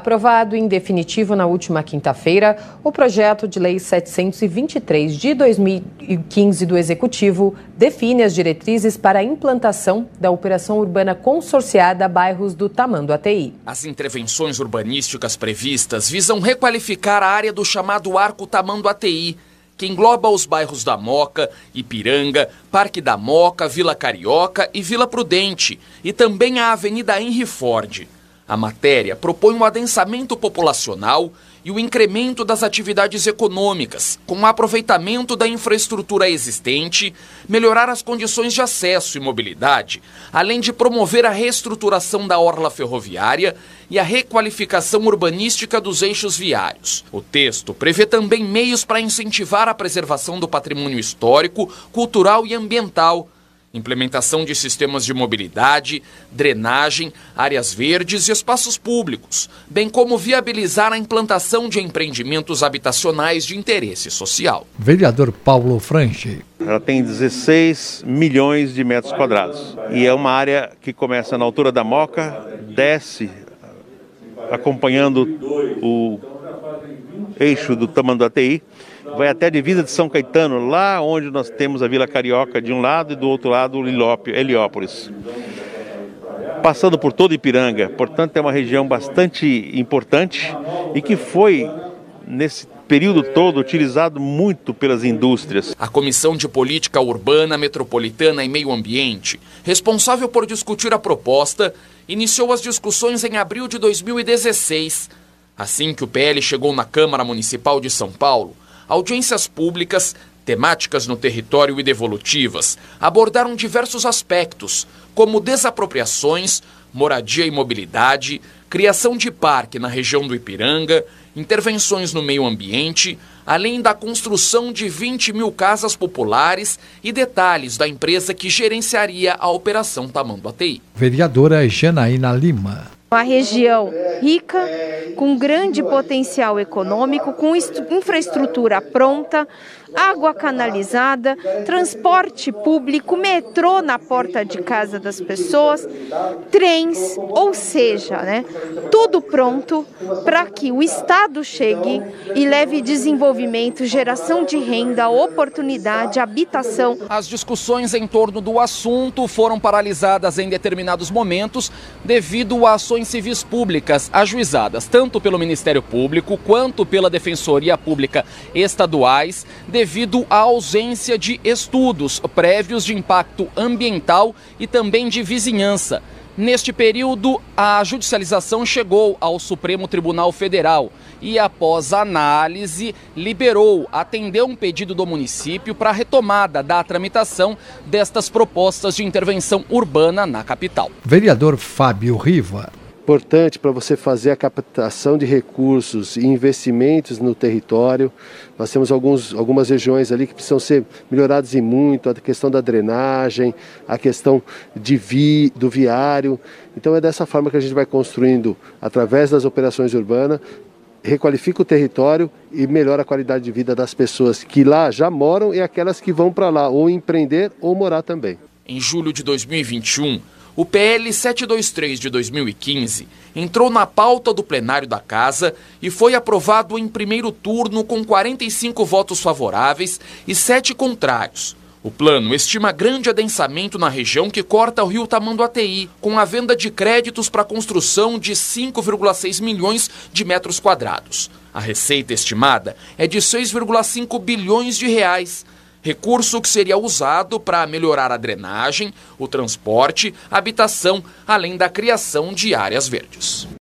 Aprovado em definitivo na última quinta-feira, o projeto de lei 723 de 2015 do Executivo define as diretrizes para a implantação da operação urbana consorciada Bairros do Tamanduateí. As intervenções urbanísticas previstas visam requalificar a área do chamado Arco Tamanduateí, que engloba os bairros da Moca, Ipiranga, Parque da Moca, Vila Carioca e Vila Prudente, e também a Avenida Henry Ford. A matéria propõe um adensamento populacional e o incremento das atividades econômicas, com o aproveitamento da infraestrutura existente, melhorar as condições de acesso e mobilidade, além de promover a reestruturação da orla ferroviária e a requalificação urbanística dos eixos viários. O texto prevê também meios para incentivar a preservação do patrimônio histórico, cultural e ambiental, implementação de sistemas de mobilidade, drenagem, áreas verdes e espaços públicos, bem como viabilizar a implantação de empreendimentos habitacionais de interesse social. Vereador Paulo Franchi. Ela tem 16 milhões de metros quadrados e é uma área que começa na altura da Moca, desce acompanhando o eixo do Tamanduateí, vai até a divisa de São Caetano, lá onde nós temos a Vila Carioca de um lado e do outro lado Heliópolis. Passando por todo Ipiranga, portanto é uma região bastante importante e que foi, nesse período todo, utilizado muito pelas indústrias. A Comissão de Política Urbana, Metropolitana e Meio Ambiente, responsável por discutir a proposta, iniciou as discussões em abril de 2016. Assim que o PL chegou na Câmara Municipal de São Paulo, audiências públicas, temáticas no território e devolutivas abordaram diversos aspectos, como desapropriações, moradia e mobilidade, criação de parque na região do Ipiranga, intervenções no meio ambiente, além da construção de 20 mil casas populares e detalhes da empresa que gerenciaria a Operação Tamanduateí. Vereadora Janaína Lima. Uma região rica, com grande potencial econômico, com infraestrutura pronta, água canalizada, transporte público, metrô na porta de casa das pessoas, trens, ou seja, tudo pronto para que o Estado chegue e leve desenvolvimento, geração de renda, oportunidade, habitação. As discussões em torno do assunto foram paralisadas em determinados momentos devido a ações civis públicas ajuizadas tanto pelo Ministério Público quanto pela Defensoria Pública estaduais, devido à ausência de estudos prévios de impacto ambiental e também de vizinhança. Neste período, a judicialização chegou ao Supremo Tribunal Federal e, após análise, atendeu um pedido do município para a retomada da tramitação destas propostas de intervenção urbana na capital. Vereador Fábio Riva. Importante para você fazer a captação de recursos e investimentos no território. Nós temos algumas regiões ali que precisam ser melhoradas e muito, a questão da drenagem, a questão do viário. Então é dessa forma que a gente vai construindo, através das operações urbanas, requalifica o território e melhora a qualidade de vida das pessoas que lá já moram e aquelas que vão para lá ou empreender ou morar também. Em julho de 2021, o PL 723 de 2015 entrou na pauta do plenário da Casa e foi aprovado em primeiro turno com 45 votos favoráveis e 7 contrários. O plano estima grande adensamento na região que corta o rio Tamanduateí, com a venda de créditos para a construção de 5,6 milhões de metros quadrados. A receita estimada é de 6,5 bilhões de reais. Recurso que seria usado para melhorar a drenagem, o transporte, a habitação, além da criação de áreas verdes.